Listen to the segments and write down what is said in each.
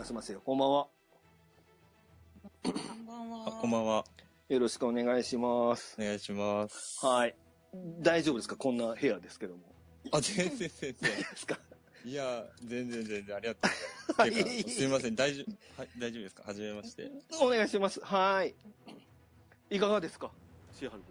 しますよ。こんばんは。 こんばんは。 こんばんは。 よろしくお願いします。 お願いします。 はい。大丈夫ですか？こんな部屋ですけども。 全然。 ですか？ いや、全然、ありがとうございます。すいません、大丈夫ですか？はじめまして。 お願いします。はい。いかがですか？シーハル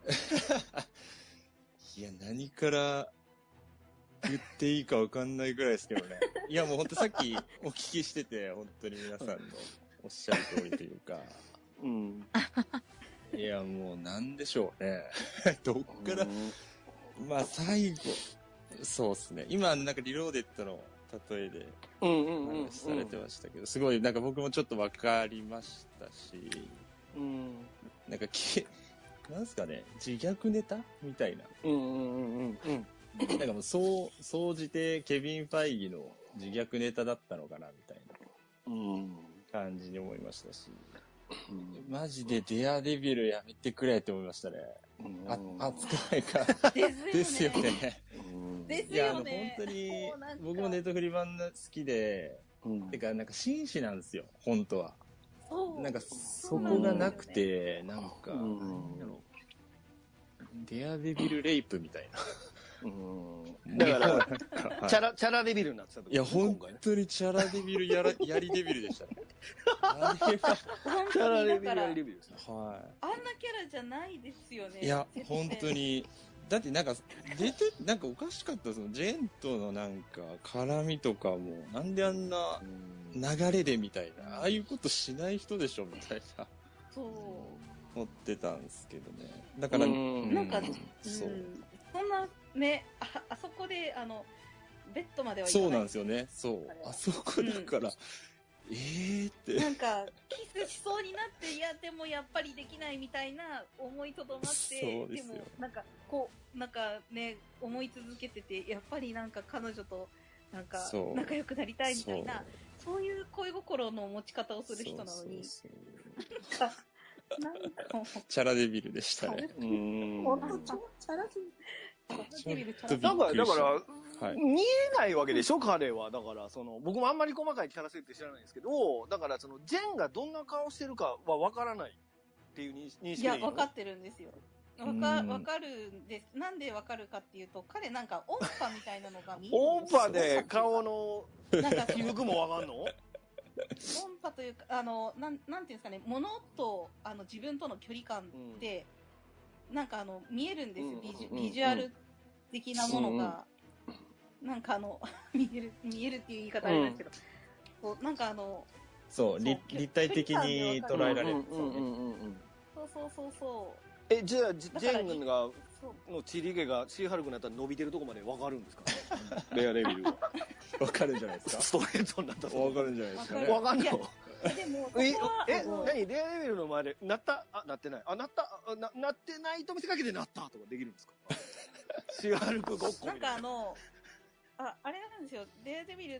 君。いや、何から言っていいかわかんないぐらいですけどね。いや、もうほんとさっきお聞きしてて、本当に皆さんのおっしゃる通りというか。 うん。 いや、もうなんでしょうね。どっから、まあ最後、そうっすね。今、なんかリローデッドの例えで話されてましたけど、すごいなんか僕もちょっとわかりましたし、なんかなんすかね、自虐ネタみたいな。なんかもう総じてケビン・ファイギの自虐ネタだったのかなみたいな感じに思いましたし、マジでデアデビルやめてくれって思いましたね。熱くないか。ですよね。 ですよね。 いや、本当に、僕もネットフリ版好きで、てか、なんか紳士なんですよ、本当は。なんか、そこがなくて、なんか、デアデビルレイプみたいな。 だから、チャラデビルになってた。 いや、本当にチャラデビルやりデビルでしたね。 あれは、チャラデビルやりデビルですね。 はい。 あんなキャラじゃないですよね。 いや、本当に。だってなんか、なんかおかしかったですもん。ジェンとのなんか、絡みとかも、なんであんな流れでみたいな、ああいうことしない人でしょみたいな。 そう。 思ってたんですけどね。だから、 なんか、 そう。 そんな、ね、あそこで、ベッドまでは行かない。 そうなんですよね。そう。あそこだから、って。 なんか、キスしそうになって、いや、でもやっぱりできないみたいな思いとどまって、でも、なんか、なんかね、思い続けてて、やっぱりなんか彼女と、なんか、仲良くなりたいみたいな、そういう恋心の持ち方をする人なのに、なんか、 チャラデビルでしたね。 ほんと、チャラデビル。 だから、見えないわけでしょ、彼は。だから、僕もあんまり細かいキャラ設定知らないんですけど、だから、ジェンがどんな顔してるかはわからないっていう認識でいいの？ いや、わかってるんですよ。わかるんです。なんでわかるかっていうと、彼なんか音波みたいなのが見える。 音波で顔の起伏もわかんの？ 音波というか、なんていうんですかね、物と、自分との距離感って、なんか見えるんですよ。ビジュアル的なものが、なんか見えるっていう言い方あれなんですけど、こうなんかそう、立体的に捉えられる。 そう。 じゃあ、ジェンが、のチリ毛がシーハルクになったら伸びてるとこまでわかるんですか？レアレビルは。 わかるんじゃないですか？ ストレートになったら。 わかるんじゃないですかね。 わかんの？ でも、 何レアレビルの前で、なってないと見せかけてなったとかできるんですか？シーハルクごっこみたいな。 なんかあれなんですよ。レアデビルって、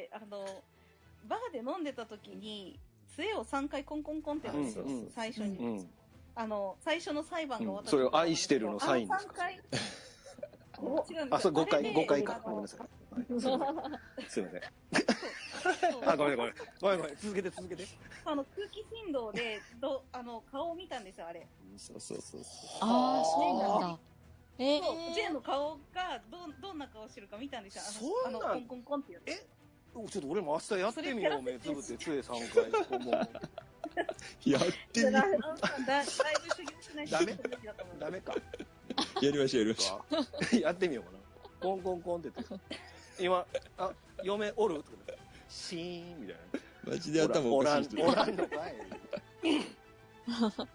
バーで飲んでた時に、杖を3回コンコンコンってやるんですよ、最初に。最初の裁判が終わった、 それを愛してるのサインですか？ 3回。 あ、それ5回か。ごめんなさい。すいません。あ、ごめん。続けて。 空気振動で、顔を見たんですよ、あれ。 そう。 ああ、そうなんだ。 ジェンの顔がどんな顔してるか見たんですよ。コンコンコンってやって。 ちょっと俺も明日やってみよう、目つぶって杖3回。 やってみよう。 だいぶ修行しないとダメか。 やりましょう。 やってみようかな。コンコンコンって言って。今、嫁おるってことで。シーンみたいな。マジで頭おかしい人。 おらんのかいみたい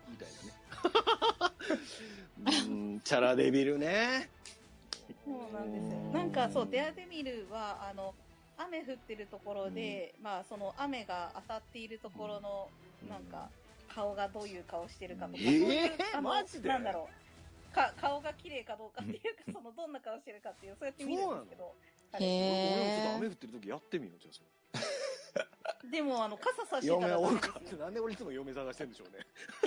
なね。チャラデビルね。 そうなんですよ。なんかそう、デアデビルは、雨降ってるところで、まあ、その雨が当たっているところの、なんか、顔がどういう顔してるかとか、 マジでなんだろう。顔が綺麗かどうかっていうか、どんな顔してるかっていう、そうやって見るんですけど。 俺もちょっと雨降ってる時やってみよう、じゃあそれ。 でも、傘さしてたら。 嫁おるかって、なんで俺いつも嫁探してんでしょうね。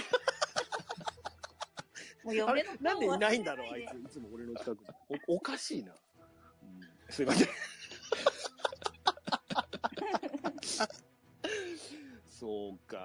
もう嫁のなんでいないんだろう、あいつ。いつも俺の近くに。おかしいな。すいません。 そうか。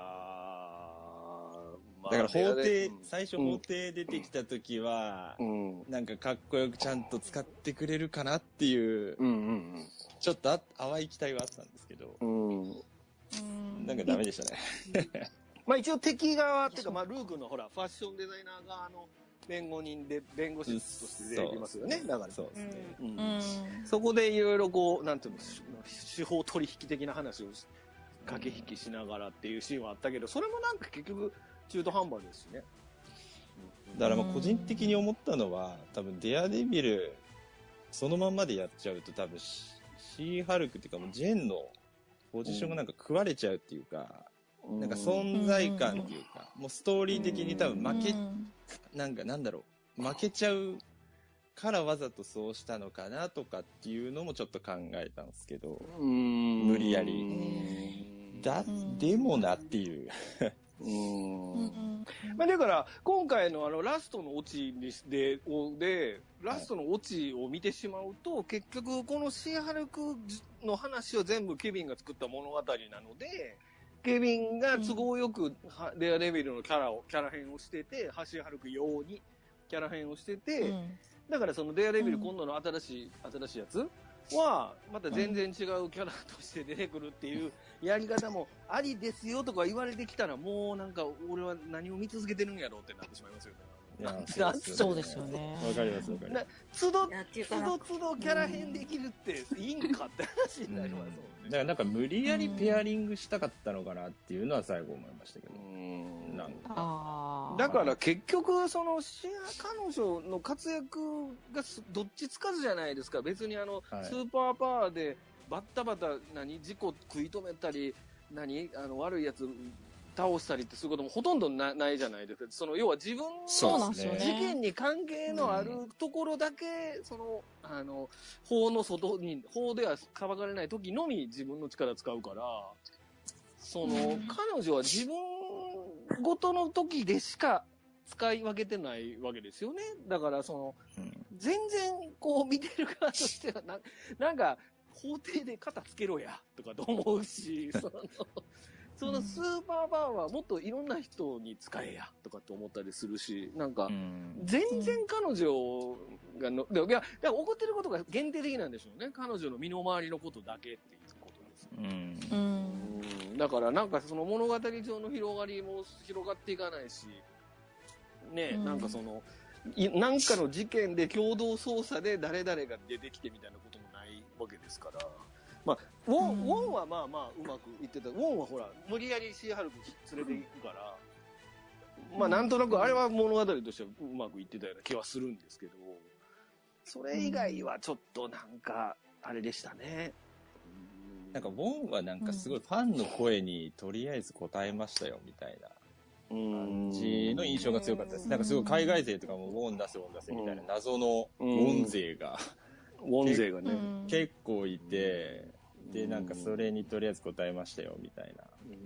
だから法廷、最初法廷出てきた時は、なんかかっこよくちゃんと使ってくれるかなっていう、ちょっと淡い期待はあったんですけど、なんかダメでしたね。 まあ一応敵側っていうか、まあルークのほら、ファッションデザイナー側の弁護人で、弁護士として出てきますよね。だから。 そうですね。そこでいろいろこう、なんていうの、司法取引的な話を駆け引きしながらっていうシーンはあったけど、それもなんか結局中途半端ですしね。 だからまあ個人的に思ったのは、多分デアデビル、そのまんまでやっちゃうと多分シーハルクっていうかもうジェンのポジションがなんか食われちゃうっていうか、なんか存在感っていうか、もうストーリー的に多分負けちゃうからわざとそうしたのかなとかっていうのもちょっと考えたんですけど、無理やり。でもなっていう。 まあだから今回のラストのオチでラストのオチを見てしまうと、結局このシーハルクの話は全部ケビンが作った物語なので、ケビンが都合よくデアデビルのキャラ変をしてて、シーハルク用にキャラ変をしてて、だからそのデアデビル今度の新しいやつはまた全然違うキャラとして出てくるっていうやり方もありですよとか言われてきたら、もうなんか俺は何を見続けてるんやろうってなってしまいますよね。 そうですよね。 わかりますわかります。 都度キャラ変できるっていいんかって話になりますもんね。 だからなんか無理やりペアリングしたかったのかなっていうのは最後思いましたけど。なんかだから結局その彼女の活躍がどっちつかずじゃないですか。別にスーパーパワーでバッタバタ事故食い止めたり悪いやつ倒したりってそういうこともほとんどないじゃないですか。その要は自分の事件に関係のあるところだけ、法の外に、法では裁かれない時のみ自分の力使うから、彼女は自分ごとの時でしか使い分けてないわけですよね。だから全然こう見てる側としてはなんか法廷で肩つけろやとかと思うし、そのスーパーパワーはもっといろんな人に使えやとかって思ったりするし、なんか全然彼女がいや怒ってることが限定的なんでしょうね。彼女の身の回りのことだけっていうことです。だからなんかその物語上の広がりも広がっていかないし、ね、なんかなんかの事件で共同捜査で誰々が出てきてみたいなこともないわけですから。まあ、ウォンはまあまあうまくいってた。ウォンはほら、無理やりシーハルク連れて行くから、まあなんとなくあれは物語としてはうまくいってたような気はするんですけど、それ以外はちょっとなんか、あれでしたね。 なんかウォンはなんかすごいファンの声にとりあえず応えましたよみたいな感じの印象が強かったです。なんかすごい海外勢とかもウォン出せみたいな謎のウォン勢が。 ね。 結構いて、で、なんかそれにとりあえず答えましたよ、みたいな。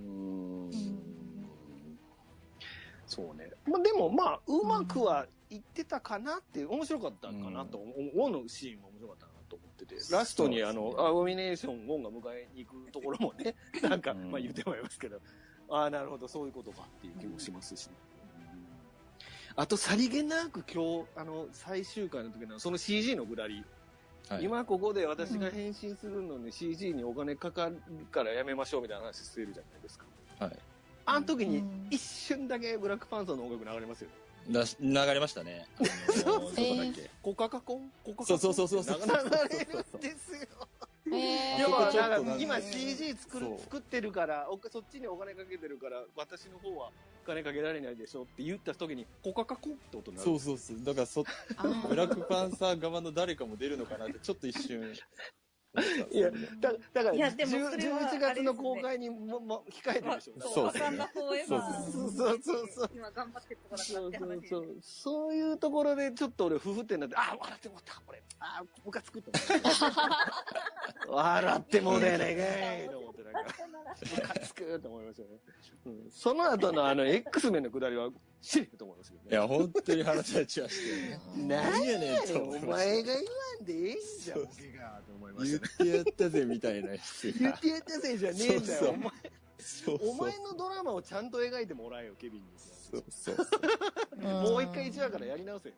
そうね。まあでもまあ、うまくはいってたかなって、面白かったかなと、ウォンのシーンも面白かったなと思ってて、ラストにアボミネーション、ウォンが迎えに行くところもね、なんか、まあ言ってもらいますけど、ああ、なるほど、そういうことかっていう気もしますしね。あと、さりげなく今日、最終回の時のその CG のくだり、今ここで私が変身するのに CG にお金かかるからやめましょうみたいな話してるじゃないですか。 はい。 あの時に一瞬だけブラックパンサーの音楽流れますよね。 流れましたね。 そうだっけコカカコンそう。流れるんですよ。要はなんか今 CG 作ってるからそっちにお金かけてるから私の方はお金かけられないでしょって言った時にコカカコンって音になる。 そう。だからブラックパンサー側の誰かも出るのかなってちょっと一瞬。 いや、だから11月の公開にも控えてるでしょ。 そう。 今頑張ってるところだからって話。 そういうところでちょっと俺ふふってなって、笑ってもったこれ。ムカつくと思って。笑ってもうねえと思ってなんかムカつくと思いましたね。その後のX メンのくだりはシリと思いましたけどね。 いや本当に腹立ちましたよね。 何やねんとお前が言わんでええんじゃん。僕がと思いましたね。 言ってやったぜみたいな人が。 言ってやったぜじゃねえんだよ。お前お前のドラマをちゃんと描いてもらえよ、ケビンに。 そうそうもう一回1話からやり直せ。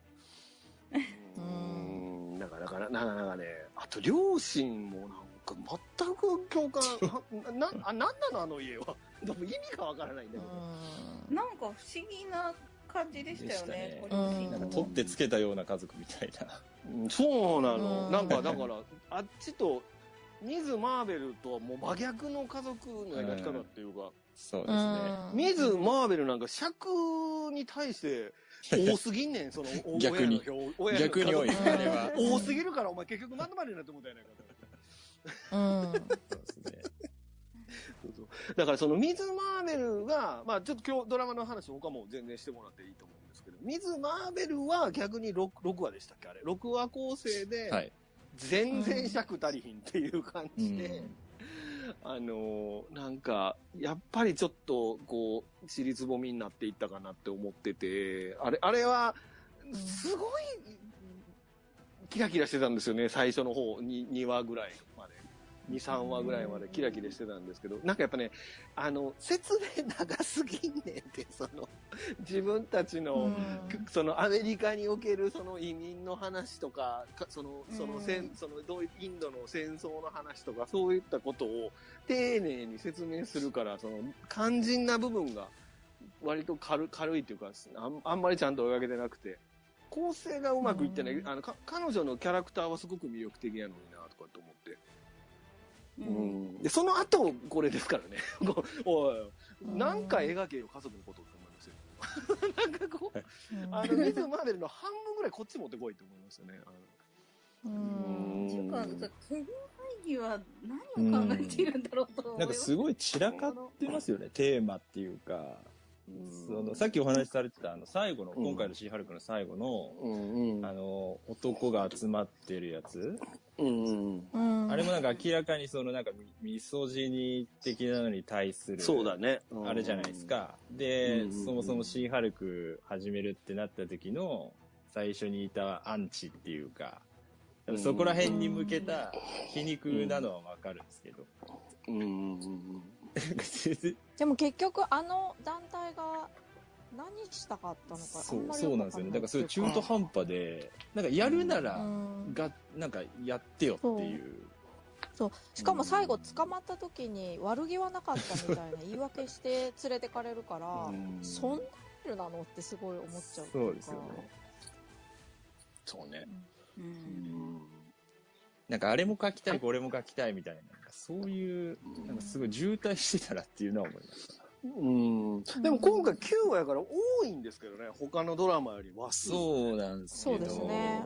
だからね、あと両親もなんか全く共感、なんなのあの家は。でも意味がわからないんだけど。 なんか不思議な感じでしたよね。 なんか取ってつけたような家族みたいな。 そうなの。なんかだからあっちとミズ・マーベルとはもう真逆の家族の描き方っていうか。 そうですね。 ミズ・マーベルなんか尺に対して多すぎんねん、その逆に多い、あれは。 多すぎるからお前結局まとまりになって思ったやないかと。そうですね。だからそのミズ・マーベルが、まあちょっと今日ドラマの話他も全然してもらっていいと思うんですけど、ミズ・マーベルは逆に 6話でしたっけあれ。6話構成で、全然尺足りひんっていう感じで、なんか、やっぱりちょっと、こう、尻つぼみになっていったかなって思ってて、あれは、すごい、キラキラしてたんですよね、最初の方、2話ぐらいまで。2、3話ぐらいまでキラキラしてたんですけど、なんかやっぱね、説明長すぎんねんって、自分たちの、アメリカにおけるその移民の話とか、インドの戦争の話とか、そういったことを丁寧に説明するから、肝心な部分が割と軽いというか、あんまりちゃんと追いかけてなくて、構成がうまくいってない、彼女のキャラクターはすごく魅力的やのにな、とかって思って。でその後これですからね。おい、なんか描けよ家族のことって思いますよ。なんかこう、ミズ・マーベルの半分ぐらいこっち持ってこいって思いますよね。 っていうか、ケビン・ファイギーは何を考えているんだろうと思います。 なんかすごい散らかってますよね、テーマっていうか。さっきお話しされてた最後の、今回のシーハルクの最後の、男が集まってるやつ。あれもなんか明らかになんかミソジニ的なのに対する、 そうだね。 あれじゃないですか。で、そもそもシーハルク始めるってなった時の最初にいたアンチっていうか、そこら辺に向けた皮肉なのはわかるんですけど。 でも結局団体が何したかったのかそうなんですよね。だからそれ中途半端で、なんかやるならなんかやってよっていう。 そう。しかも最後捕まった時に悪気はなかったみたいな言い訳して連れてかれるから、そんなレベルなのってすごい思っちゃう。 そうですよね。 そうね。 なんかあれも書きたい、これも書きたいみたいな、そういう、なんかすごい渋滞してたなっていうのは思いました。 でも今回9話やから多いんですけどね、他のドラマよりは。 そうなんですけど。 そうですね。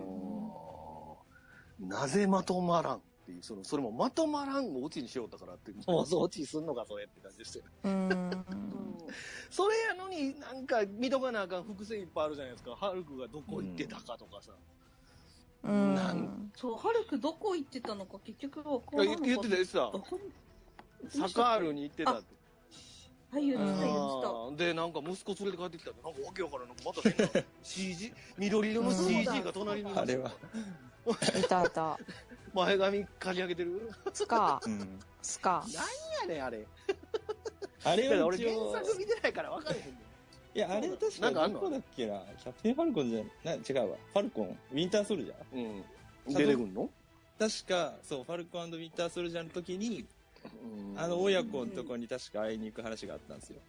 なぜまとまらんっていう、それもまとまらんをオチにしようだからって、もうオチすんのかそれって感じでしたよね。それやのになんか見とかなあかん伏線いっぱいあるじゃないですか。ハルクがどこ行ってたかとかさ。 そう、ハルクどこ行ってたのか結局は言ってたよさ。サカールに行ってたって。 はい、言ってた。 で、なんか息子連れて帰ってきたって、なんかわけわからん。また変な CG、緑色の CG が隣にいます。 あれは。 いた。 前髪刈り上げてるスカ。 なんやねん、あれ。 あれは俺原作見てないから分かれへんねん。 いや、あれ確かにどこだっけな。キャプテンファルコンじゃ違うわ。ファルコン、ウィンターソルジャー。 出てくんの？ 確か、そう、ファルコン&ウィンターソルジャーの時に、親子のとこに確か会いに行く話があったんですよ。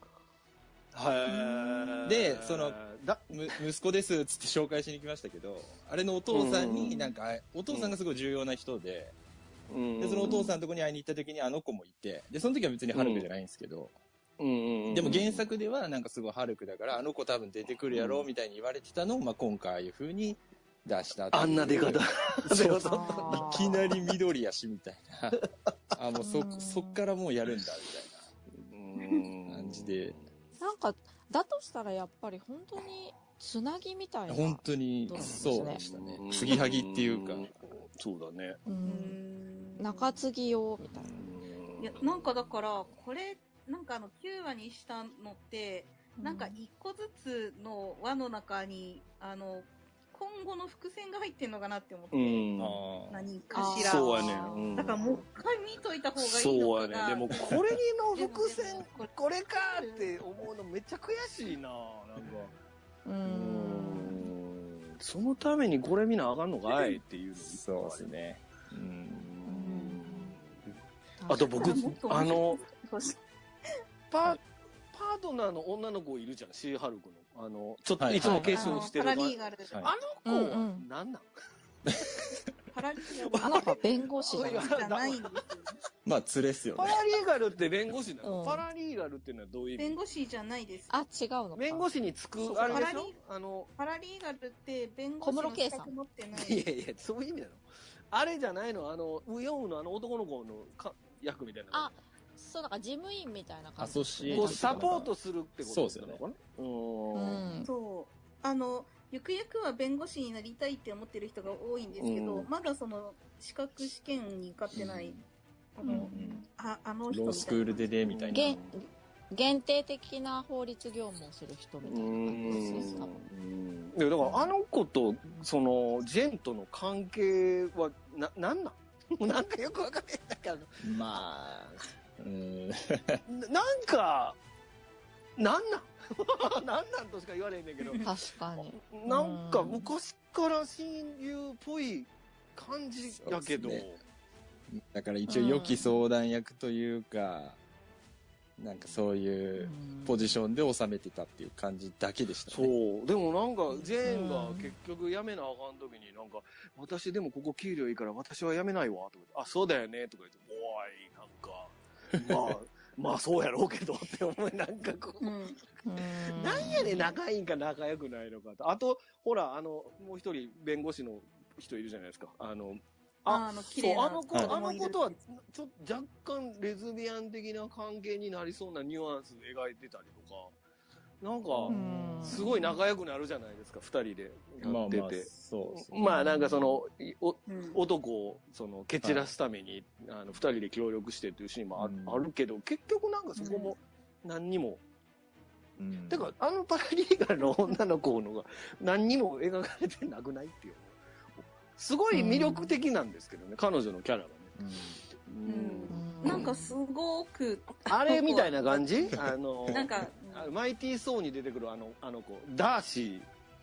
で、息子ですっつって紹介しに来ましたけど、あれのお父さんになんか、お父さんがすごい重要な人で、で、そのお父さんのとこに会いに行った時にあの子もいて、で、その時は別にハルクじゃないんですけど、でも原作ではなんかすごいハルクだから、あの子多分出てくるやろみたいに言われてたのを、まあ今回ああいう風に出した。 あんな出方。 そうそう。いきなり緑やしみたいな。もうそっからもうやるんだみたいな感じで。 なんか、だとしたらやっぱり本当につなぎみたいな。 本当にそうでしたね。継ぎはぎっていうか。 そうだね。 中継ぎ用みたいな。 いや、なんかだから、これ、なんか9話にしたのって、なんか一個ずつの輪の中に、 今後の伏線が入ってんのかなって思って。何かしら。 そうやね。 だからもう一回見といた方がいいのかな。 そうやね。でもこれの伏線、これかって思うのめっちゃ悔しいな。なんか。そのためにこれ見なあかんのかいっていうの。 そうですね。 あと僕、パートナーの女の子いるじゃん、シーハルクの。ちょっといつも化粧してる。 パラリーガル。 あの子は何なんパラリーガル。 あの子は弁護士じゃないんですよ。 まあ、連れっすよね。 パラリーガルって弁護士なの？パラリーガルっていうのはどういう意味？ 弁護士じゃないです。 あ、違うのか。 弁護士につく、あれでしょ？ パラリーガルって弁護士の資格持ってない。 いやいや、そういう意味なの？あれじゃないの？ウヨウの男の子の役みたいな。 あ、そう、なんか事務員みたいな感じ。 こうサポートするってことそうですよね。 そう。ゆくゆくは弁護士になりたいって思ってる人が多いんですけど、まだその資格試験に受かってない、あの人ロースクールでね、みたいな。 限定的な法律業務をする人みたいな感じです、多分。 いや、だからあの子と、その、ジェンとの関係は、なんなんかよくわかんないんだけど。 まあ、 なんか、なんとしか言われへんねんけど。 確かに。 なんか昔から親友っぽい感じやけど。 だから一応良き相談役というか、なんかそういうポジションで収めてたっていう感じだけでしたね。 そう。でもなんか、ジェーンが結局辞めなあかん時になんか、私でもここ給料いいから私は辞めないわ、とか言って、あ、そうだよね、とか言って、おい、なんか、まあそうやろうけどって思い、なんかこう、なんやねん仲いいんか仲良くないのかと。あと、ほら、もう一人弁護士の人いるじゃないですか。そう、あの子とは、ちょっと若干レズビアン的な関係になりそうなニュアンス描いてたりとか、なんか、すごい仲良くなるじゃないですか、二人でやってて。まあなんかその、男を、蹴散らすために、二人で協力してっていうシーンもあるけど、結局なんかそこも何にも、てか、パラリーガルの女の子のが何にも描かれてなくないっていう。すごい魅力的なんですけどね、彼女のキャラがね。 なんかすごく。 あれみたいな感じなんか、マイティー・ソーに出てくるあの子、ダーシ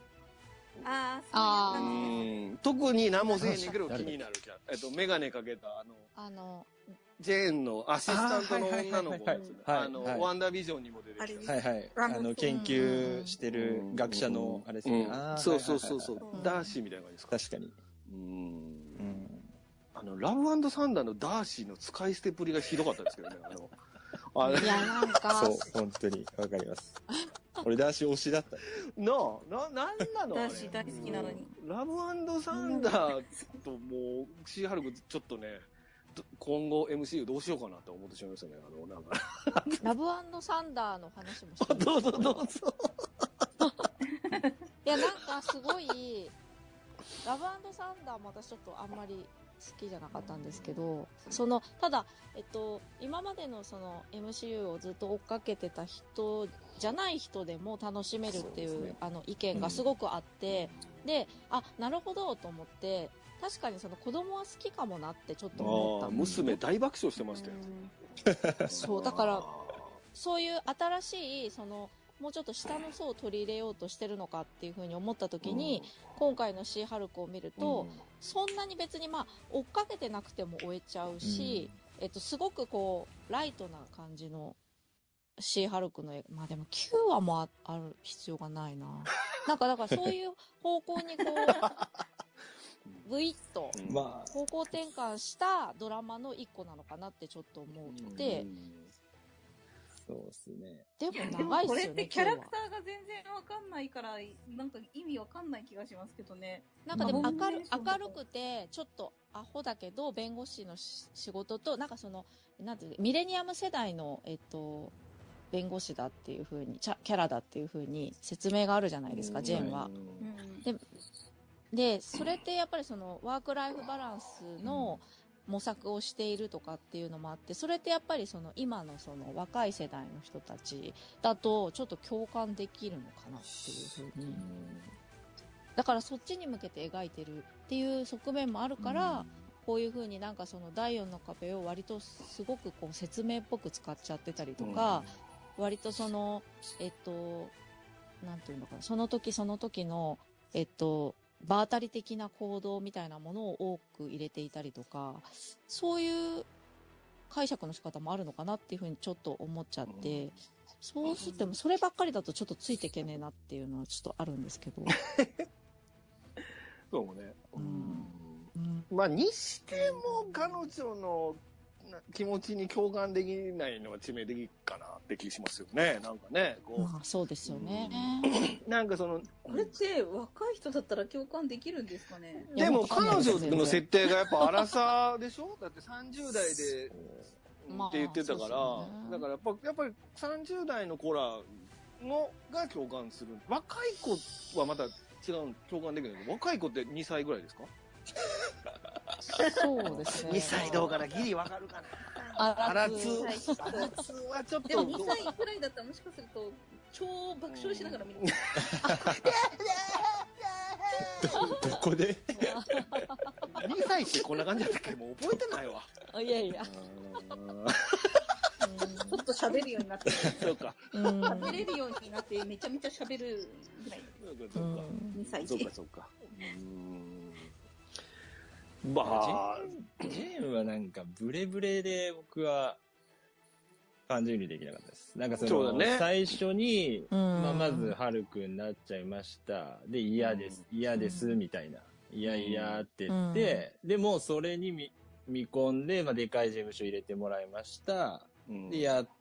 ー。特に何もせえへんねんけど気になるキャラ。メガネかけたジェーンのアシスタントの女の子ですね。ワンダービジョンにも出てきた。 はいはい。研究してる学者のあれですね。 そう。ダーシーみたいな感じですか。 確かに。 ラブ&サンダーのダーシーの使い捨てぶりがひどかったですけどね。 いや、なんか。 そう、本当にわかります。俺ダーシー推しだった。 なんなのダーシー大好きなのに。 ラブ&サンダーともう、シーハルクちょっとね、今後 MCU どうしようかなって思ってしまいましたね。なんかラブ&サンダーの話もしてどうぞ。 いや、なんかすごい、ラブ&サンダーも私ちょっとあんまり好きじゃなかったんですけど、ただ、今までのMCU をずっと追っかけてた人じゃない人でも楽しめるっていう、意見がすごくあって、で、なるほどと思って、確かに子供は好きかもなってちょっと思ったんです。 娘大爆笑してましたよ。 そう、だから、そういう新しい、もうちょっと下の層を取り入れようとしてるのかっていうふうに思った時に、今回のシーハルクを見ると、そんなに別に追っかけてなくても追えちゃうし、すごくライトな感じのシーハルクのでも9話もある必要がないな。だからそういう方向にぐいっと方向転換したドラマの一個なのかなってちょっと思って、 そうですね。 でも長いっすよね。 これってキャラクターが全然わかんないから、なんか意味わかんない気がしますけどね。 なんかでも明るくて、ちょっとアホだけど、弁護士の仕事と、なんかなんていうミレニアム世代の、弁護士だっていう風に、キャラだっていう風に説明があるじゃないですか、ジェーンは。で、それってやっぱりワークライフバランスの、模索をしているとかっていうのもあって、それってやっぱり今の若い世代の人たちだとちょっと共感できるのかなっていうふうにだからそっちに向けて描いてるっていう側面もあるから、こういう風になんかその第4の壁を割とすごくこう説明っぽく使っちゃってたりとか、割とその、なんていうのかな、その時その時の、場当たり的な行動みたいなものを多く入れていたりとか、そういう解釈の仕方もあるのかなっていうふうにちょっと思っちゃって、そうしてもそればっかりだとちょっとついていけねえなっていうのはちょっとあるんですけど。 そうね。まあ、にしても彼女の気持ちに共感できないのは致命的かなって気しますよね。なんかね。こうまあ、そうですよね。 なんかその、 これって若い人だったら共感できるんですかね。 でも彼女の設定がやっぱ荒さでしょだって30代でって言ってたから、だからやっぱり30代の子らのが共感する。若い子はまた違う、共感できないけど、若い子って2歳ぐらいですか？ そうですね。 2歳どうかな、ギリわかるかな。 荒津はちょっと。 でも2歳くらいだったらもしかすると超爆笑しながら見る。 どこで 2歳ってこんな感じだったっけ？もう覚えてないわ。 いやいや。 ちょっと喋るようになって。 そうか。 喋れるようになってめちゃめちゃ喋るぐらい。 そうか。 2歳児。そうか。まあ、 ジェーンはなんかブレブレで僕は感情移入できなかったです。なんかその、最初に、まずハルくんになっちゃいました。で、嫌です、みたいな。いやって言って、でもそれに見込んで、でかい事務所入れてもらいました。で、やった、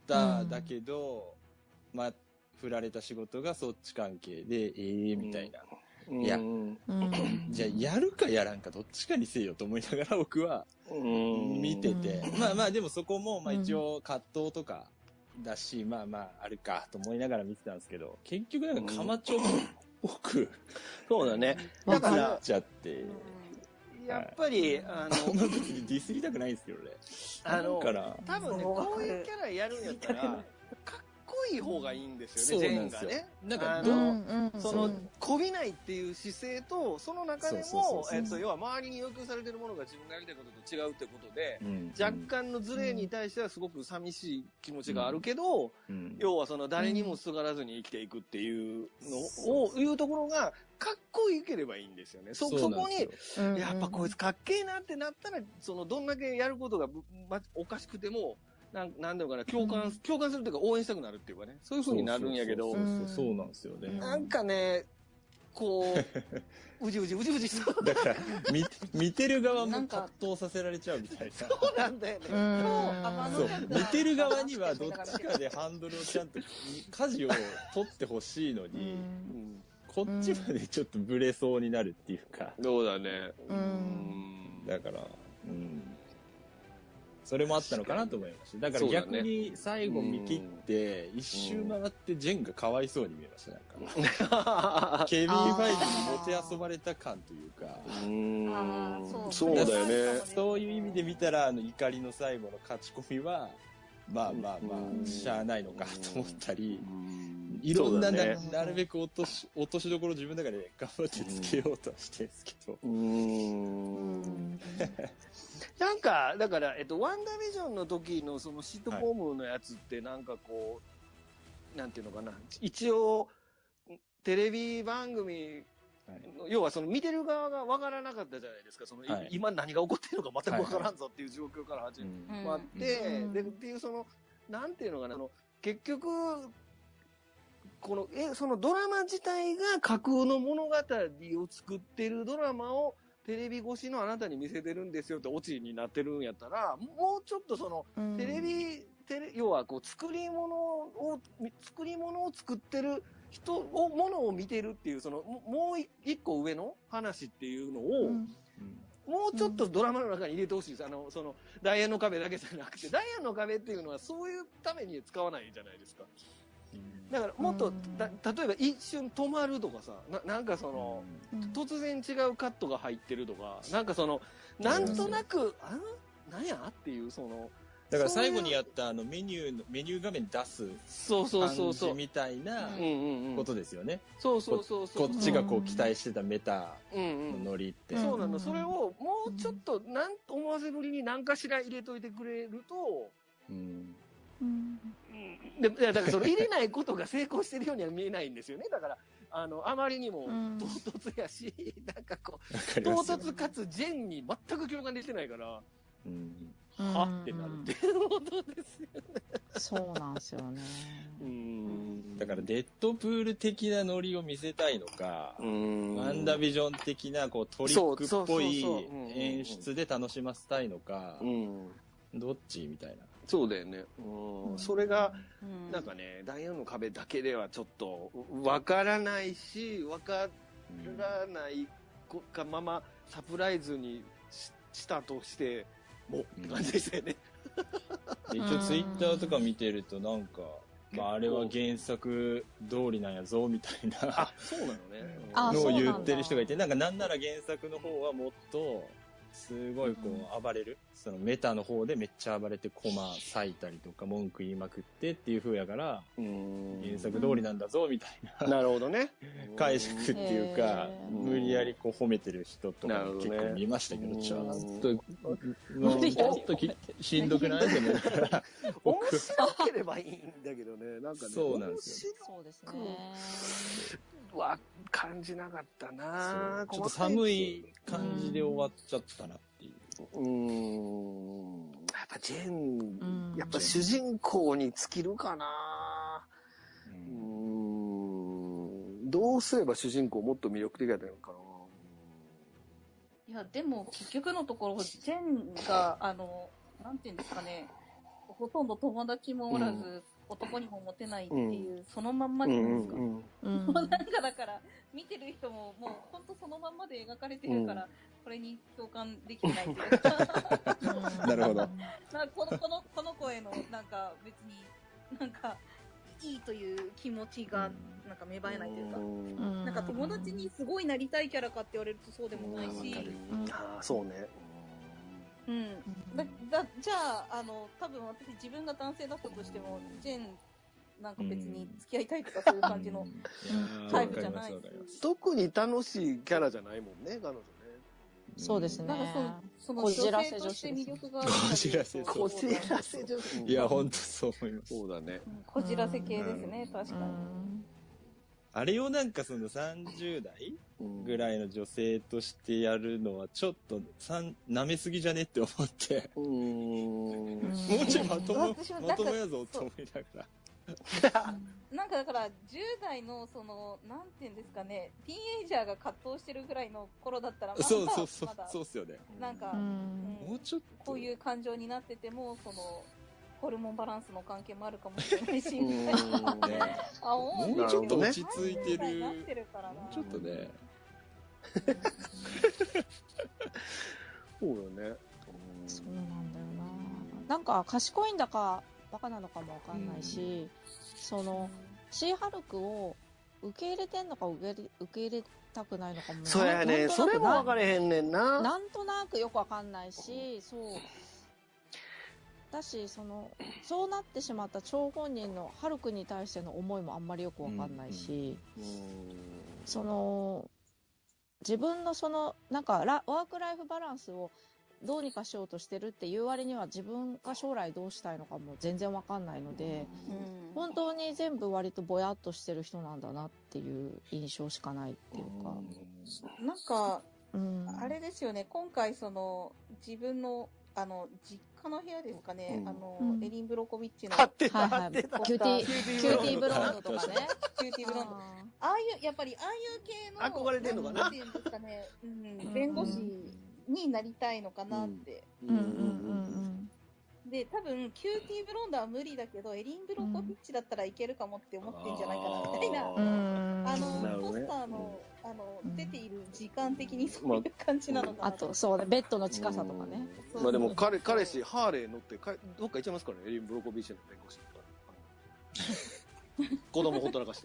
だけど、振られた仕事がそっち関係で、みたいな。いや、じゃあやるかやらんかどっちかにせよと思いながら僕は見てて、でもそこも一応葛藤とかだし、あるかと思いながら見てたんですけど、結局なんかカマチョっぽく、 そうだね。 だからちゃって、 やっぱり別にディスりたくないんですけどね。 多分ね、こういうキャラやるんやったらかっこいい方がいいんですよね、ジェーンがね。なんかそのこびないっていう姿勢と、その中でも要は周りに要求されてるものが自分がやりたいことと違うってことで、若干のズレに対してはすごく寂しい気持ちがあるけど、要はその誰にもすがらずに生きていくっていうのをいうところがかっこいいければいいんですよね。そこにやっぱこいつかっけえなってなったら、そのどんだけやることがおかしくても。なんていうのかな、共感するっていうか応援したくなるっていうかね、そういう風になるんやけど、 そうなんですよね。 なんかね、こう、うじうじそう。 だから、見てる側も葛藤させられちゃうみたいな。 そうなんだよね。 そう、見てる側にはどっちかでハンドルをちゃんと、舵を取ってほしいのに、こっちまでちょっとブレそうになるっていうか。 そうだね。 だから、それもあったのかなと思いました。だから逆に最後見切って、一周回ってジェンがかわいそうに見えました。なんかケビン・ファイルにもてあそばれた感というか。 そうだよね。 そういう意味で見たら、怒りの最後の勝ち込みは、しゃあないのかと思ったり、いろんな、なるべく落としどころ自分の中で頑張ってつけようとはしてるんですけど。 なんか、だから、ワンダービジョンの時のそのシットコムのやつってなんかこう、なんていうのかな、一応、テレビ番組、要はその見てる側がわからなかったじゃないですか。その、今何が起こってるのか全くわからんぞっていう状況から始まって、で、っていうその、なんていうのかな、結局、この、そのドラマ自体が架空の物語を作ってるドラマを、テレビ越しのあなたに見せてるんですよってオチになってるんやったら、もうちょっとその、要はこう、作り物を作ってるものを見てるっていう、その、もう一個上の話っていうのを、もうちょっとドラマの中に入れてほしいです。その、ダイヤの壁だけじゃなくて、ダイヤの壁っていうのはそういうために使わないじゃないですか。だからもっと例えば一瞬止まるとかさ、なんかその、突然違うカットが入ってるとか、なんかそのなんとなくなんやっていうそのだから最後にやったメニュー画面出す感じみたいなことですよね。 そう。 こっちがこう期待してたメタのノリって。 そうなの。それをもうちょっと思わせぶりに何かしら入れといてくれると、だからその入れないことが成功してるようには見えないんですよね。だからあまりにも唐突やし、なんかこう唐突かつジェンに全く共感できてないから、はってなるっていうことですよね。 そうなんですよね。 だからデッドプール的なノリを見せたいのか、ワンダービジョン的なこうトリックっぽい演出で楽しませたいのか、どっちみたいな。 そうだよね。それが、なんかね、第4の壁だけではちょっとわからないし、わからないままサプライズにしたとして、もうって感じでしたよね。 一応ツイッターとか見てるとなんか、あれは原作通りなんやぞみたいなそうなのね。 のを言ってる人がいて、なんなら原作の方はもっとすごいこう暴れる、そのメタの方でめっちゃ暴れてコマ割いたりとか文句言いまくってっていう風やから、原作通りなんだぞみたいな、 なるほどね、 解釈っていうか、無理やりこう褒めてる人とか結構見ましたけど、ちょっとしんどくないでも面白ければいいんだけどね、なんかね、 そうなんですよ。 そうですね。 感じなかったな。 ちょっと寒い感じで終わっちゃったなっていう。 やっぱジェン、やっぱ主人公に尽きるかな。どうすれば主人公もっと魅力的だったのかな。 いや、でも結局のところ、ジェンが、なんていうんですかね、ほとんど友達もおらず、男にもモテないっていう、そのまんまじゃないですか。もうなんかだから、見てる人ももうほんとそのまんまで描かれてるから、これに共感できてないというか。 なるほど。 この子への、なんか別に、なんか、いいという気持ちが、なんか芽生えないというか、なんか友達にすごいなりたいキャラかって言われるとそうでもないし、 そうね。 じゃあ、多分私自分が男性だったとしても、ジェン、なんか別に付き合いたいとかそういう感じのタイプじゃない。 特に楽しいキャラじゃないもんね、彼女ね。 そうですね。 なんかその女性として魅力がある。 こじらせ女子。 いや、ほんとそう思います。 そうだね。 こじらせ系ですね、確かに。 あれをなんかその30代ぐらいの女性としてやるのはちょっと舐めすぎじゃねって思って。もうちょいまともやぞと思いながら。 なんかだから10代のそのなんていうんですかね、ティーンエイジャーが葛藤してるぐらいの頃だったらそうっすよね。 なんかもうちょっとこういう感情になっててもそのホルモンバランスの関係もあるかもしれないし、もうちょっと落ち着いてる。 もうちょっとね。 そうよね。 そうなんだよな。なんか賢いんだかバカなのかもわかんないし、そのシーハルクを受け入れてんのか受け入れたくないのかも。 そうやね。それも分かれへんねんな。 なんとなくよくわかんないし、そう。だし、そうなってしまった張本人のハルクに対しての思いもあんまりよくわかんないし、自分のなんかワークライフバランスをどうにかしようとしてるっていう割には自分が将来どうしたいのかも全然わかんないので、本当に全部割とぼやっとしてる人なんだなっていう印象しかないっていうか。 なんか、あれですよね、今回自分の実家の部屋ですかね、エリン・ブロコビッチの。 貼ってた。 キューティーブロンドとかね。 キューティーブロンド。やっぱりああいう系の、 憧れてんのかな。 なんていうんですかね、弁護士になりたいのかなって。で、多分、キューティーブロンドは無理だけど、エリン・ブロコビッチだったらいけるかもって思ってんじゃないかな、みたいな。ポスターの、出ている時間的にそういう感じなのかな。 あと、そうね、ベッドの近さとかね。 まあでも、彼氏、ハーレー乗って、どっか行っちゃいますからね、エリン・ブロコビッチの弁護士だったら。子供ほったらかして。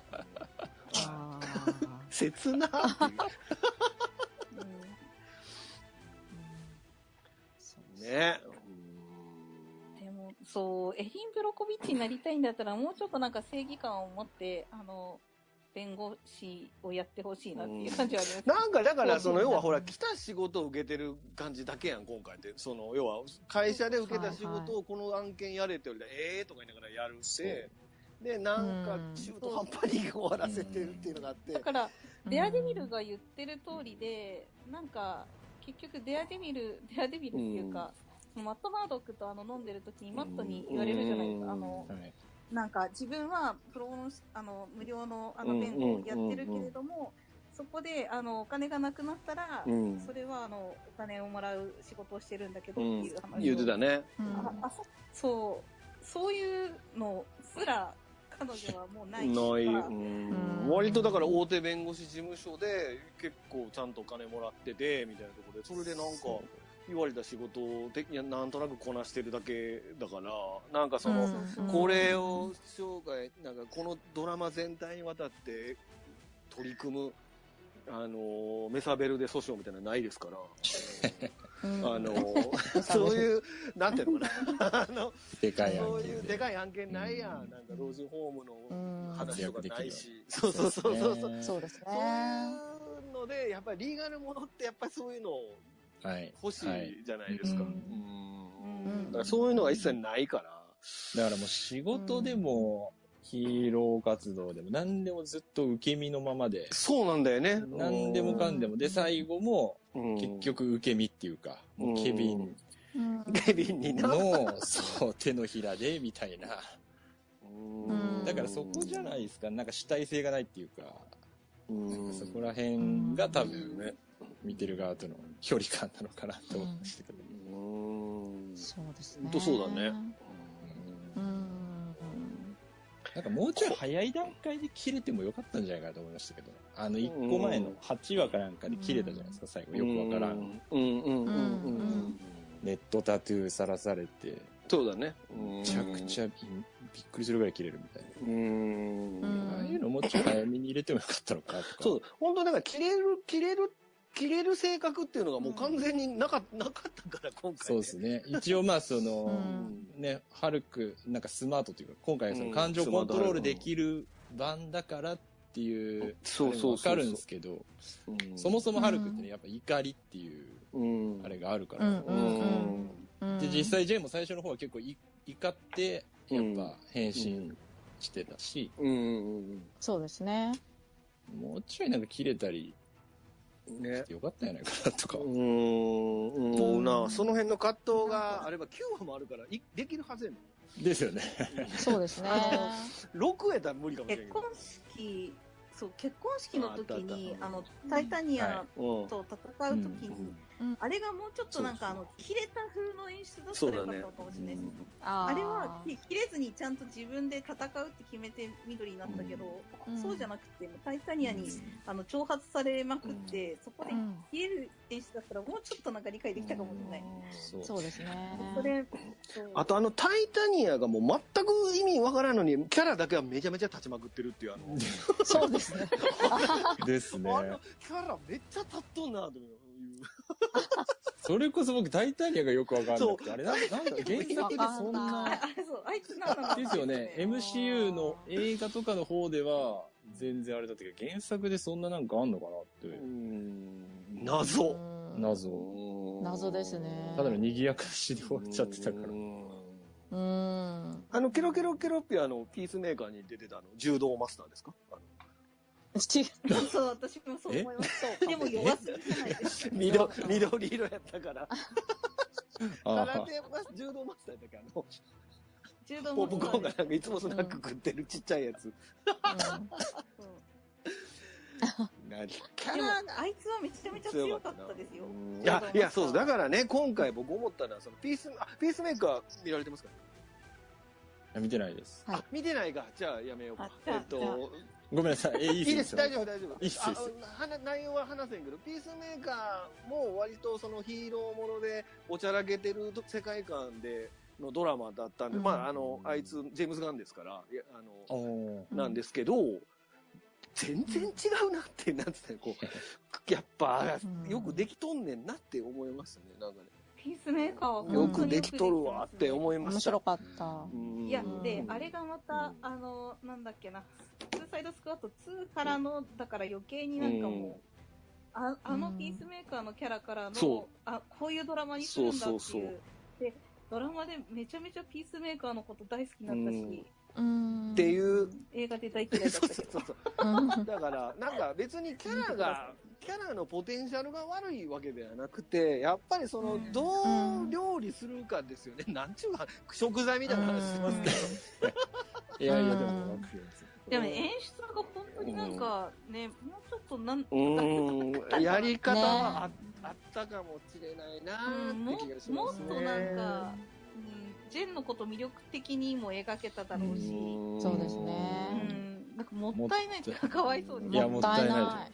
切なっていう。ね。 エリン・ブロコビッチになりたいんだったら、もうちょっとなんか正義感を持って、弁護士をやってほしいなっていう感じはあります。 なんか、だから、要はほら、来た仕事を受けてる感じだけやん、今回って。要は、会社で受けた仕事をこの案件やれって言われたら、とか言いながらやるって、で、なんか、中途半端に終わらせてるっていうのがあって。 だから、デアデビルが言ってる通りで、なんか、結局デアデビルっていうか、マット・マードックと飲んでる時にマットに言われるじゃないですか。なんか自分は無料の弁護をやってるけれども、そこでお金がなくなったら、それはお金をもらう仕事をしてるんだけどっていう話を、 言ってたね。 そういうのすら彼女はもうないから割とだから大手弁護士事務所で結構ちゃんとお金もらっててみたいなところで、それでなんか言われた仕事をなんとなくこなしてるだけだから、なんかこれを生涯なんかこのドラマ全体にわたって取り組むメサベルデ訴訟みたいなのないですからそういうなんていうのかなでかいそういうでかい案件ないやん、なんか老人ホームの話とかないし、そうですね。そういうのでやっぱりリーガルものってやっぱりそういうの欲しいじゃないですか。だからそういうのが一切ないから。 だからもう仕事でもヒーロー活動でも何でもずっと受け身のままで。 そうなんだよね。 何でもかんでも。で、最後も結局受け身っていうか、もうケビンになの、そう、手のひらでみたいな。だからそこじゃないですか。なんか主体性がないっていうか、そこら辺が多分ね、見てる側との距離感なのかなと思いましたけど。 そうですね。 本当そうだね。 なんかもうちょい早い段階で切れてもよかったんじゃないかなと思いましたけど、1個前の8話かなんかで切れたじゃないですか、最後。よくわからん。ネットタトゥーさらされて。 そうだね。 めちゃくちゃびっくりするぐらい切れるみたいな。ああいうのもうちょい早めに入れてもよかったのかとか。 そう、本当だから切れる性格っていうのがもう完全になかったから、今回、ね。 そうですね。一応まあね、ハルク、なんかスマートというか、今回は感情コントロールできる版だからっていう、わかるんですけど、そもそもハルクってね、やっぱ怒りっていう、あれがあるから。で、実際ジェイも最初の方は結構怒って、やっぱ変身してたし、 そうですね。 もうちょいなんか切れたり、ね、よかったんじゃないかなとか。 思うな。その辺の葛藤があれば9話もあるから、できるはずやねん。ですよね。 そうですね。 6やったら無理かもしれない。 結婚式の時に、タイタニアと戦う時に、あれがもうちょっとなんか、切れた風の演出だったらよかったかもしれないです。あれは、切れずにちゃんと自分で戦うって決めて緑になったけど、そうじゃなくて、タイタニアに、挑発されまくって、そこで切れる演出だったら、もうちょっとなんか理解できたかもしれない。 そうですね。 あとタイタニアがもう全く意味わからんのに、キャラだけはめちゃめちゃ立ちまくってるっていうそうですね。 ですね。 キャラめっちゃ立っとんなという。 それこそ僕タイタニアがよくわかんなくて、あれなんだ原作でそんなあいつなんだですよね。MCU の映画とかの方では全然あれだったけど、原作でそんななんかあんのかなって。 謎ですね。 ただの賑やかしで終わっちゃってたから。 ケロケロケロッピはピースメーカーに出てた柔道マスターですか？ そう、私もそう思います。でも弱すぎじゃないですか。 緑色やったから。空手柔道マスターやったっけ？ 柔道ポップコーンがなんかいつもスナック食ってるちっちゃいやつ。でもあいつはめちゃめちゃ強かったですよ。 いやそうだからね、今回僕思ったのはピースメーカー見られてますか？ 見てないです。 見てないか。じゃあやめようか。 ごめんなさい。いいです。 大丈夫。 いいっす。 内容は話せんけど、ピースメーカーも割とそのヒーローものでおちゃらけてる世界観でのドラマだったんで、あいつジェームズ・ガンですから、なんですけど、全然違うなって、なんつったらやっぱよくできとんねんなって思いましたね。なんかね。 ピースメーカーはよくできとるわって思いました。 面白かった。 いや、で、あれがまた、なんだっけな、ツーサイドスクワット2からの、だから余計になんかもう、あのピースメーカーのキャラからの、こういうドラマにするんだっていう。で、ドラマでめちゃめちゃピースメーカーのこと大好きになったし、 っていう映画で大嫌いだったけど。 だから、なんか別にキャラのポテンシャルが悪いわけではなくて、やっぱりその、どう料理するかですよね。なんちゅうか、食材みたいな話しますけど。 いやいや、でも分かるんですよ。 でも演出が本当になんかね、もうちょっとやり方はあったかもしれないなって気がしますね。 もっとなんか、ジェンのこと魅力的にも描けただろうし。 そうですね。 なんかもったいないってかわいそうに。 いや、もったいない。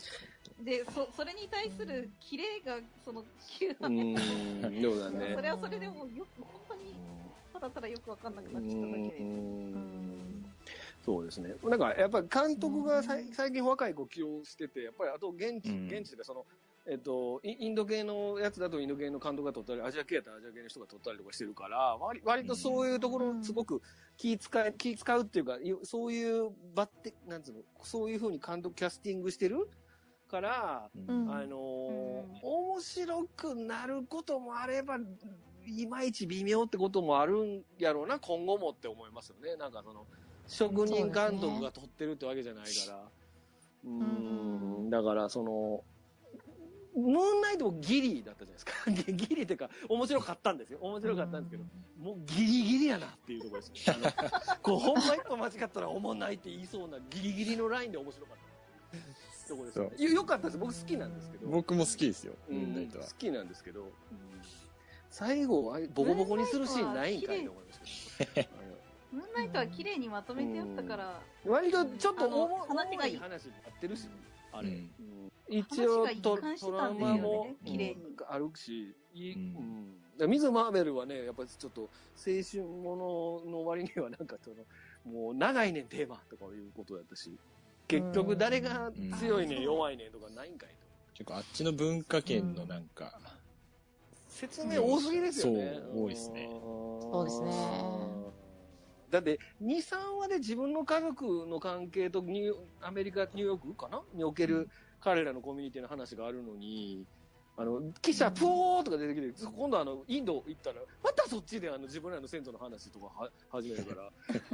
で、それに対するキレが、急なね。 そうだね。 それはそれでもよく、本当に、ただただよくわかんなくなっちゃっただけで。 そうですね。なんか、やっぱり監督が最近若い子起用してて、やっぱりあと現地でインド系のやつだとインド系の監督が撮ったり、アジア系やったらアジア系の人が撮ったりとかしてるから、割とそういうところすごく気使うっていうか、そういうなんつうの、そういう風に監督キャスティングしてるから、面白くなることもあれば、いまいち微妙ってこともあるんやろうな、今後もって思いますよね。なんか職人監督が撮ってるってわけじゃないから。だからムーンナイトもギリだったじゃないですか。ギリっていうか、面白かったんですよ。面白かったんですけど、もうギリギリやなっていうところですね。ほんま一歩間違ったらおもんないって言いそうなギリギリのラインで面白かったところですね。よかったです。僕好きなんですけど。 僕も好きですよ。ムーンナイトは。 好きなんですけど、最後はボコボコにするシーンないんかいと思いますけど。 ムーンナイトは綺麗にまとめてあったから。 割とちょっと重い話になってるし、あれ。一応トラウマもあるし、ミズ・マーベルはね、やっぱりちょっと青春ものの割にはなんかもう長いねんテーマとかいうことだったし、結局誰が強いねん弱いねんとかないんかいと。 結構あっちの文化圏のなんか、 説明多すぎですよね。 そう、多いですね。 そうですね。 だって、2、3話で自分の家族の関係とアメリカ、ニューヨークかなにおける彼らのコミュニティの話があるのに、記者、プオーとか出てきて、今度インド行ったら、またそっちで自分らの先祖の話とか始めるから、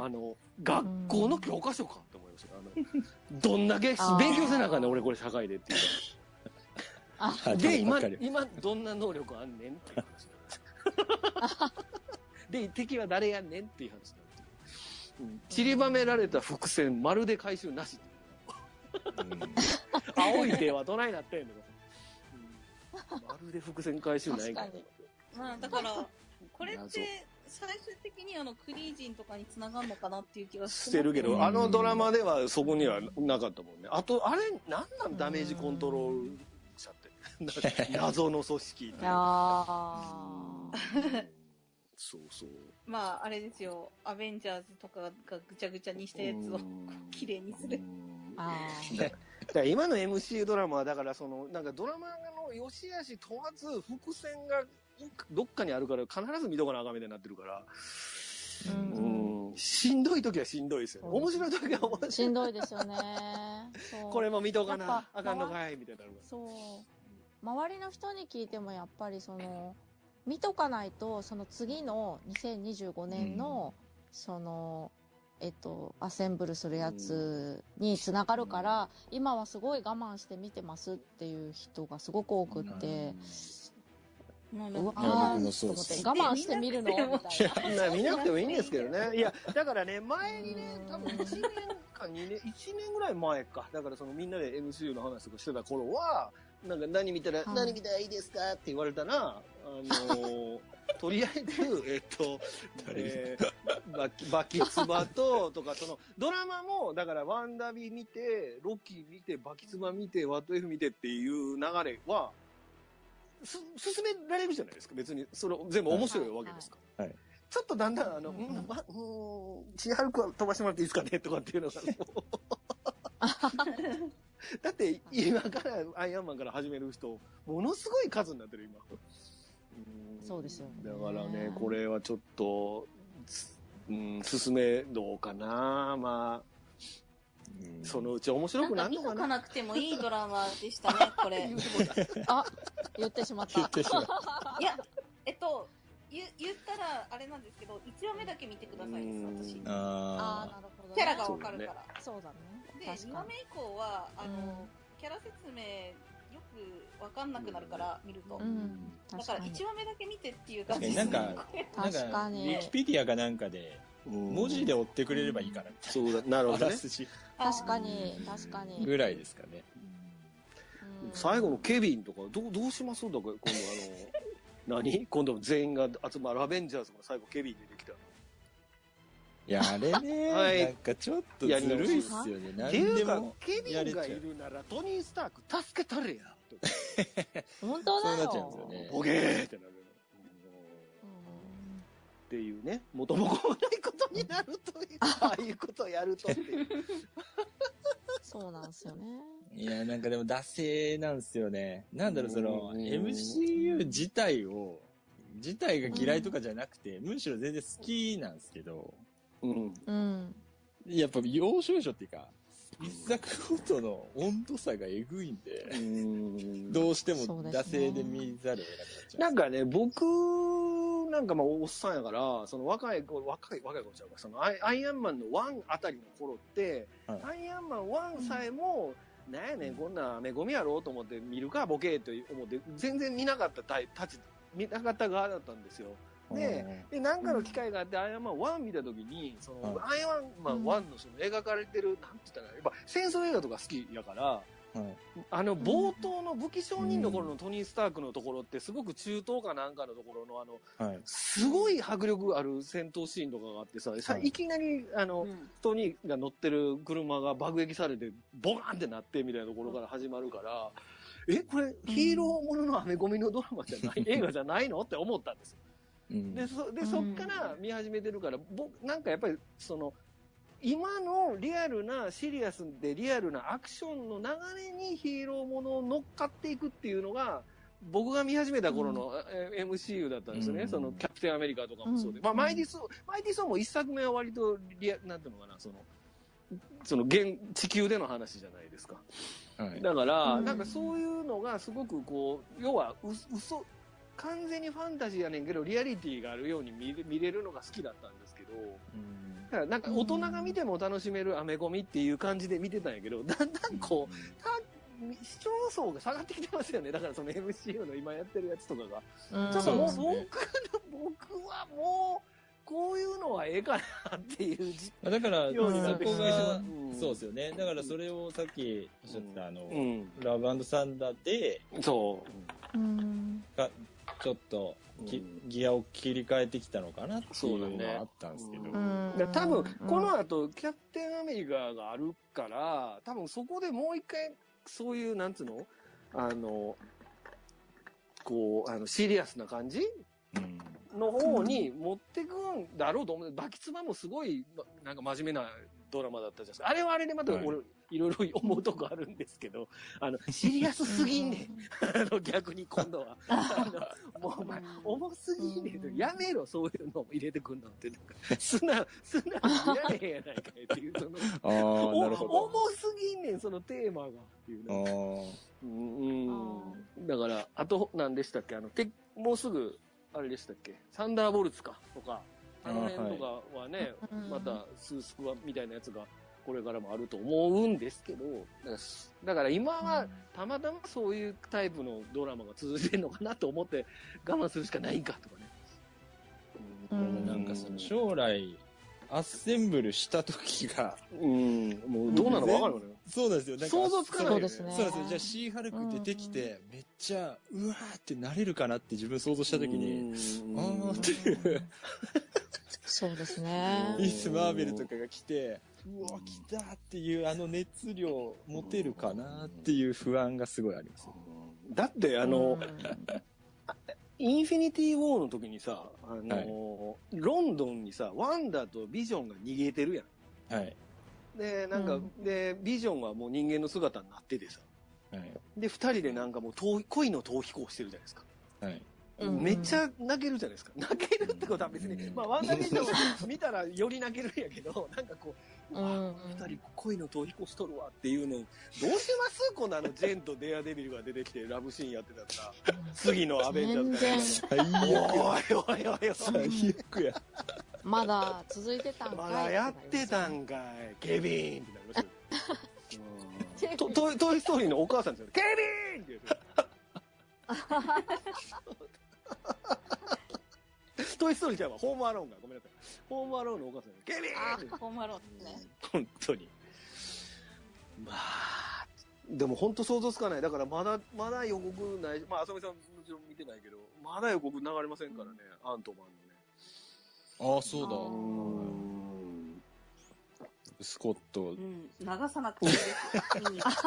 学校の教科書かって思いました。どんだけ勉強せなあかんねん、俺これ社会でっていうか。で、今、どんな能力あんねんっていう話で、敵は誰やねんっていう話なんですよ。散りばめられた伏線、まるで回収なし。青い手はどないなってんのまるで伏線回収ないから。 まあ、だから、これって最終的にクリージンとかに繋がるのかなっていう気がしてるけど、あのドラマではそこにはなかったもんね。あと、あれ、なんダメージコントロール者って。謎の組織って。そうそう。 まあ、あれですよ。アベンジャーズとかがぐちゃぐちゃにしたやつを綺麗にする。 だから今の MCU ドラマは、だからなんかドラマの良し悪し問わず、伏線がどっかにあるから、必ず見とかなあかんみたいになってるから、しんどい時はしんどいですよね。面白い時は面白い。 しんどいですよね。 これも見とかなあかんのかいみたいになるから。 そう。周りの人に聞いてもやっぱり見とかないと、次の2025年の、アセンブルするやつにつながるから、今はすごい我慢して見てますっていう人がすごく多くって、うわーと思って我慢して見るのみたいな。 見なくてもいいんですけどね。いや、だからね、前にね、多分1年か2年、1年ぐらい前か。だからみんなで MCU の話とかしてた頃は、なんか何見たらいいですかって言われたら、とりあえず、バキツバとか、ドラマも、だからワンダビ見て、ロキ見て、バキツバ見て、ワット F 見てっていう流れは、進められるじゃないですか。別に、全部面白いわけですから。はい。ちょっとだんだん、シーハルクは飛ばしてもらっていいですかねとかっていうのが、だって、今からアイアンマンから始める人、ものすごい数になってる、今。 そうですよね。 だからね、これはちょっと、進めどうかな。まあ、そのうち面白くなるのかな。 見とかなくてもいいドラマでしたね、これ。 あ、言ってしまった。 いや、言ったらあれなんですけど、1話目だけ見てくださいです、私。 ああ、なるほど、ね。 キャラがわかるから。 そうだね。 で、2話目以降は、キャラ説明よくわかんなくなるから、見ると。だから1話目だけ見てっていう感じです。 なんか、 確かに。 ウィキペディアかなんかで、文字で追ってくれればいいから。 そうだ、なるほどね。 確かに、確かに。 ぐらいですかね。 最後のケビンとか、どうしますだから、今度今度全員が集まるアベンジャーズが最後ケビン出てきた。 いや、あれね、なんかちょっとずるいっすよね。 っていうか、ケビンがいるならトニー・スターク助けたれや。 本当だよ。 そうなっちゃうんですよね。 ボケーってなる。っていうね、元も子もないことになるという、ああいうことをやるとっていう。 そうなんですよね。 いや、なんかでも、惰性なんですよね。なんだろう、MCU 自体が嫌いとかじゃなくて、むしろ全然好きなんですけど、やっぱ要所要所っていうか、一作ごとの温度差がえぐいんで、どうしても惰性で見ざるを得なくなっちゃう。 なんかね、僕なんかまあおっさんやから、その若い子ちゃうか、そのアイアンマンの1あたりの頃って、アイアンマン1さえも、なんやねん、こんなアメゴミやろうと思って見るか、ボケーと思って、全然見なかった見なかった側だったんですよ。で、なんかの機会があって、アイアンマン1見たときに、その、アイアンマン1のその描かれてる、なんて言ったら、やっぱ戦争映画とか好きやから、冒頭の武器商人の頃のトニー・スタークのところってすごく中東かなんかのところのすごい迫力ある戦闘シーンとかがあってさ、いきなりトニーが乗ってる車が爆撃されてボカーンってなってみたいなところから始まるから、これヒーローもののアメコミのドラマじゃない映画じゃないのって思ったんですよ。で、そっから見始めてるから、なんかやっぱりその、今のリアルなシリアスでリアルなアクションの流れにヒーローものを乗っかっていくっていうのが僕が見始めた頃の MCU だったんですよね。そのキャプテンアメリカとかもそうで、まあマイティソーも一作目は割となんていうのかな、その地球での話じゃないですか。だからなんかそういうのがすごくこう要は完全にファンタジーやねんけどリアリティがあるように見れるのが好きだったんですけど。だからなんか大人が見ても楽しめるアメコミっていう感じで見てたんやけど、だんだんこう、視聴層が下がってきてますよね。だからその MCU の今やってるやつとかが。ちょっともう僕はもう、こういうのはええかなっていうだから、そこが、そうですよね。だからそれをさっきおっしゃったラブ&サンダーで、ちょっと、ギアを切り替えてきたのかなっていうのはあったんですけど。 多分、この後、キャプテンアメリカがあるから、多分そこでもう一回、そういう、なんつうのシリアスな感じの方に持ってくんだろうと思う。バキツバもすごい、なんか真面目なドラマだったじゃないですか。あれはあれでまた俺、いろいろ思うとこあるんですけど、シリアスすぎんねん。逆に今度は。もうお前、重すぎんねん。やめろ、そういうのを入れてくんのって。素直に見られへんやないかいっていう、なるほど。重すぎんねん、そのテーマが。っていうだから、あと、何でしたっけもうすぐ、あれでしたっけサンダーボルツか、とか、あの辺とかはね、また、スースクワみたいなやつが、これからもあると思うんですけど、だから今はたまたまそういうタイプのドラマが続いてるのかなと思って我慢するしかないんかとかね。 なんかその将来アッセンブルした時が、 もうどうなのか分かるのよ。 そうなんですよ。 想像つかないよね。 そうですね。 そうですよ。じゃあシーハルク出てきて、めっちゃうわーってなれるかなって自分想像した時に、っていう。 そうですね。 ミス・マーベルとかが来て、うわ、来たっていう熱量持てるかなっていう不安がすごいあります。 だってインフィニティ・ウォーの時にさ、ロンドンにさ、ワンダとビジョンが逃げてるやん。はい。で、なんか、ビジョンはもう人間の姿になっててさ。はい。で、二人でなんかもう恋の逃避行してるじゃないですか。はい。 めっちゃ泣けるじゃないですか。泣けるってことは別に、まあワンダービジョン見たらより泣けるんやけど、なんかこう、二人恋の逃避行しとるわっていうの、どうしますこんなジェンとデアデビルが出てきてラブシーンやってたら、次のアベンジャーズ。 最悪。 おいおいおいおい。 最悪や。 まだ続いてたんかい。 まだやってたんかい。ケビンってなりましたよ。トイストーリーのお母さんですよ。ケビンって言う。トイストーリーちゃうわ。ホームアローンが。ごめんなさい。ホームアローンのお母さんが。ケビンホームアローンね。 本当に。まあ、でも本当想像つかない。だからまだ予告ない。まあ、あさみさんもちろん見てないけど、まだ予告流れませんからね。アントマンのね。 ああ、そうだ。スコット。 流さなくていいですよ。見るから。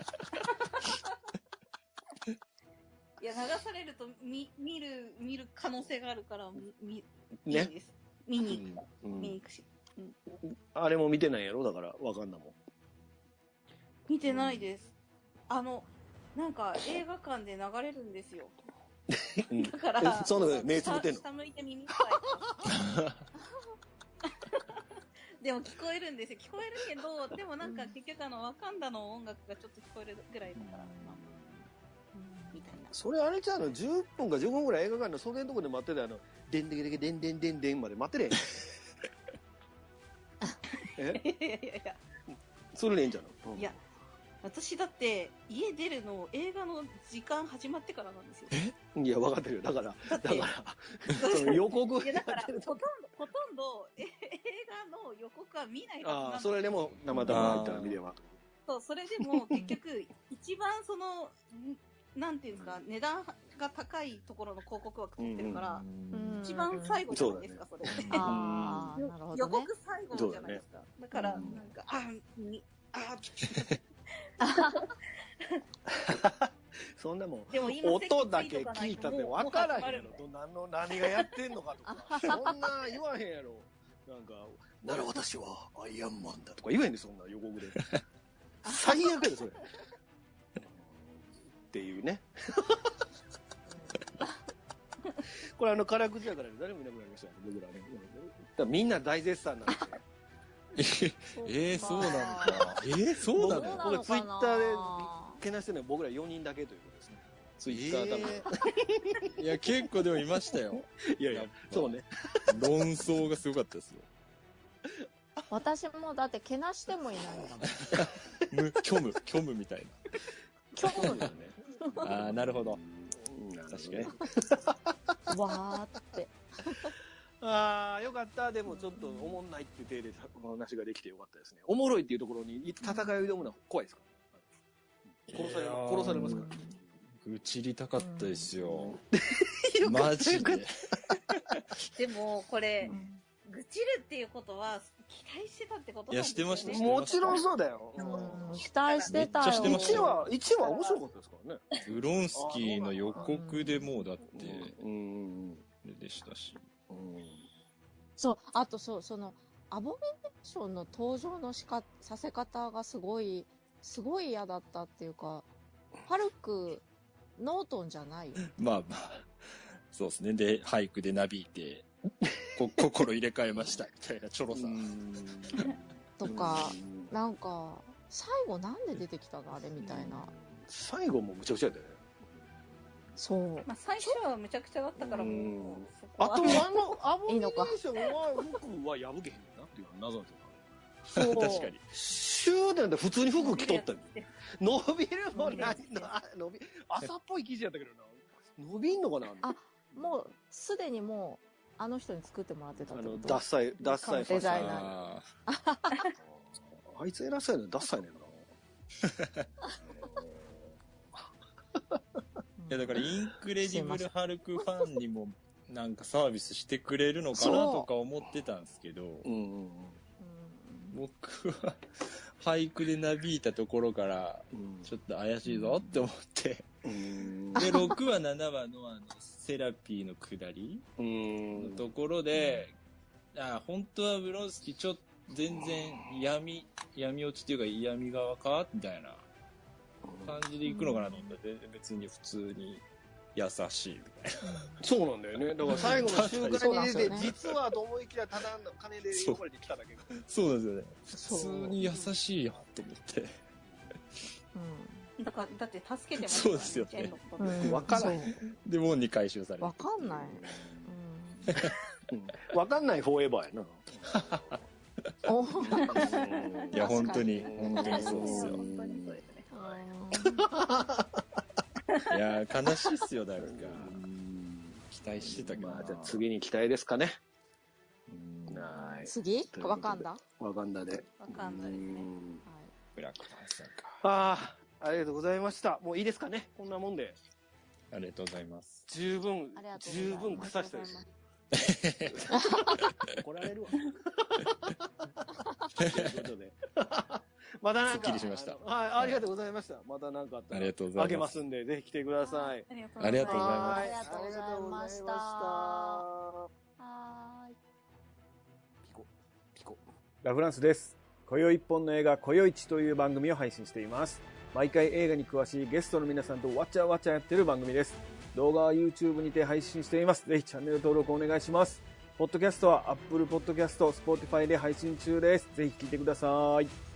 いや、流されると見る可能性があるから、いいです。見に行くし。 あれも見てないやろだからわかんなもん。 見てないです。なんか映画館で流れるんですよ。だから、 その目つぶってんの。 下向いて耳塞いでも聞こえるんですよ。聞こえるけど、でもなんか結局ワカンダの音楽がちょっと聞こえるぐらいだから、みたいな。 それあれじゃ10分か15分ぐらい映画館の袖のとこで待ってたでんでけでけでんでんでんでんまで待ってれ。 いや。 それでいいんじゃん。 いや、私だって家出るの映画の時間始まってからなんですよ。 いや、分かってるよ。だからその予告。 いや、だから、ほとんど映画の予告は見ないはずなんですよ。 それでもたまたま入ったら見れば。 そう、それでも結局、一番なんていうんですか、値段が高いところの広告枠取ってるから、一番最後じゃないですか、それ。予告最後じゃないですか。だから、なんか、 そんなもん、 でも今音だけ聞いたって分からへんやろ。何がやってんのかとか。そんな言わへんやろ。なんか、なら私はアイアンマンだとか言えへんで、そんな予告で。最悪やで、それ。っていうね。これ辛口だから誰もいなくなりましたよ、僕らね。だみんな大絶賛なんで。そうなのか。そうなの？ 僕ツイッターでけなしてるのは僕ら4人だけということですね。ツイッター多分。 いや、結構でもいましたよ。 いや、そうね。 論争がすごかったですよ。 私もだってけなしてもいないんだもん。 虚無みたいな。 虚無だね。 ああ、なるほど。確かに。 わーって。 ああ、よかった。でもちょっとおもんないっていう体でお話ができてよかったですね。おもろいっていうところに戦いを挑むのは怖いですか？殺されますから。 愚痴りたかったですよ。マジで。 でも、これ、愚痴るっていうことは、期待してたってことなんですよね。 いや、してました。 もちろんそうだよ。 期待してたよ。 1話面白かったですからね。 ウロンスキーの予告でもうだって、でしたし。 そう、あとその、アボミネーションの登場のさせ方がすごい嫌だったっていうか、ハルク、ノートンじゃないよ。 まあ、そうですね。で、俳句でなびいて、心入れ替えましたみたいなチョロさん。 とか、なんか、最後なんで出てきたのあれみたいな。 最後もむちゃくちゃやったよね。 そう。 まあ、最初はむちゃくちゃだったからもう、 あとアボミネーションは服は破けへんなっていう謎なんですよ。 そう。 確かに。 シューってなんだ普通に服着とったの。伸びるもないの。朝っぽい生地やったけどな。伸びんのかなあ、もう、すでにもう、あの人に作ってもらってたってこと？ ダッサイデザイナー。 あいつ偉そうやねん、ダッサいねんな。 いや、だから、インクレディブル・ハルクファンにも、なんかサービスしてくれるのかなとか思ってたんですけど、僕は、俳句でなびいたところから、ちょっと怪しいぞって思って、で、6話、7話のセラピーの下りのところで、本当はブロンスキーちょっと全然闇落ちっていうか嫌味側かみたいな感じで行くのかなと思ったら、別に普通に優しいみたいな。 そうなんだよね。だから最後の集会に出て、実はと思いきやただの金で呼ばれてきただけ。 そうなんですよね。普通に優しいやんと思って。 だって助けてますそうですよね。 わからない。 でも2回収される。 わかんない。 わかんないフォーエバーやな。いや、本当にそうですよ。 本当にそうですね。 いや、悲しいっすよ、なんか。期待してたけど。 じゃあ次に期待ですかね。 次ワカンダで。 ワカンダですね。 ブラックパンサーか。 ありがとうございました。もういいですかね、こんなもんで。 ありがとうございます。 十分腐したです。怒られるわ。ということで。またなんか。 すっきりしました。 はい、ありがとうございました。またなんかあったら。あげますんで、ぜひ来てください。 ありがとうございます。 ありがとうございました。はーい。ピコ。 ラフランスです。今宵一本の映画、今宵一という番組を配信しています。毎回映画に詳しいゲストの皆さんとわちゃわちゃやってる番組です。動画は YouTube にて配信しています。ぜひチャンネル登録お願いします。ポッドキャストは Apple Podcast、Spotify で配信中です。ぜひ聞いてください。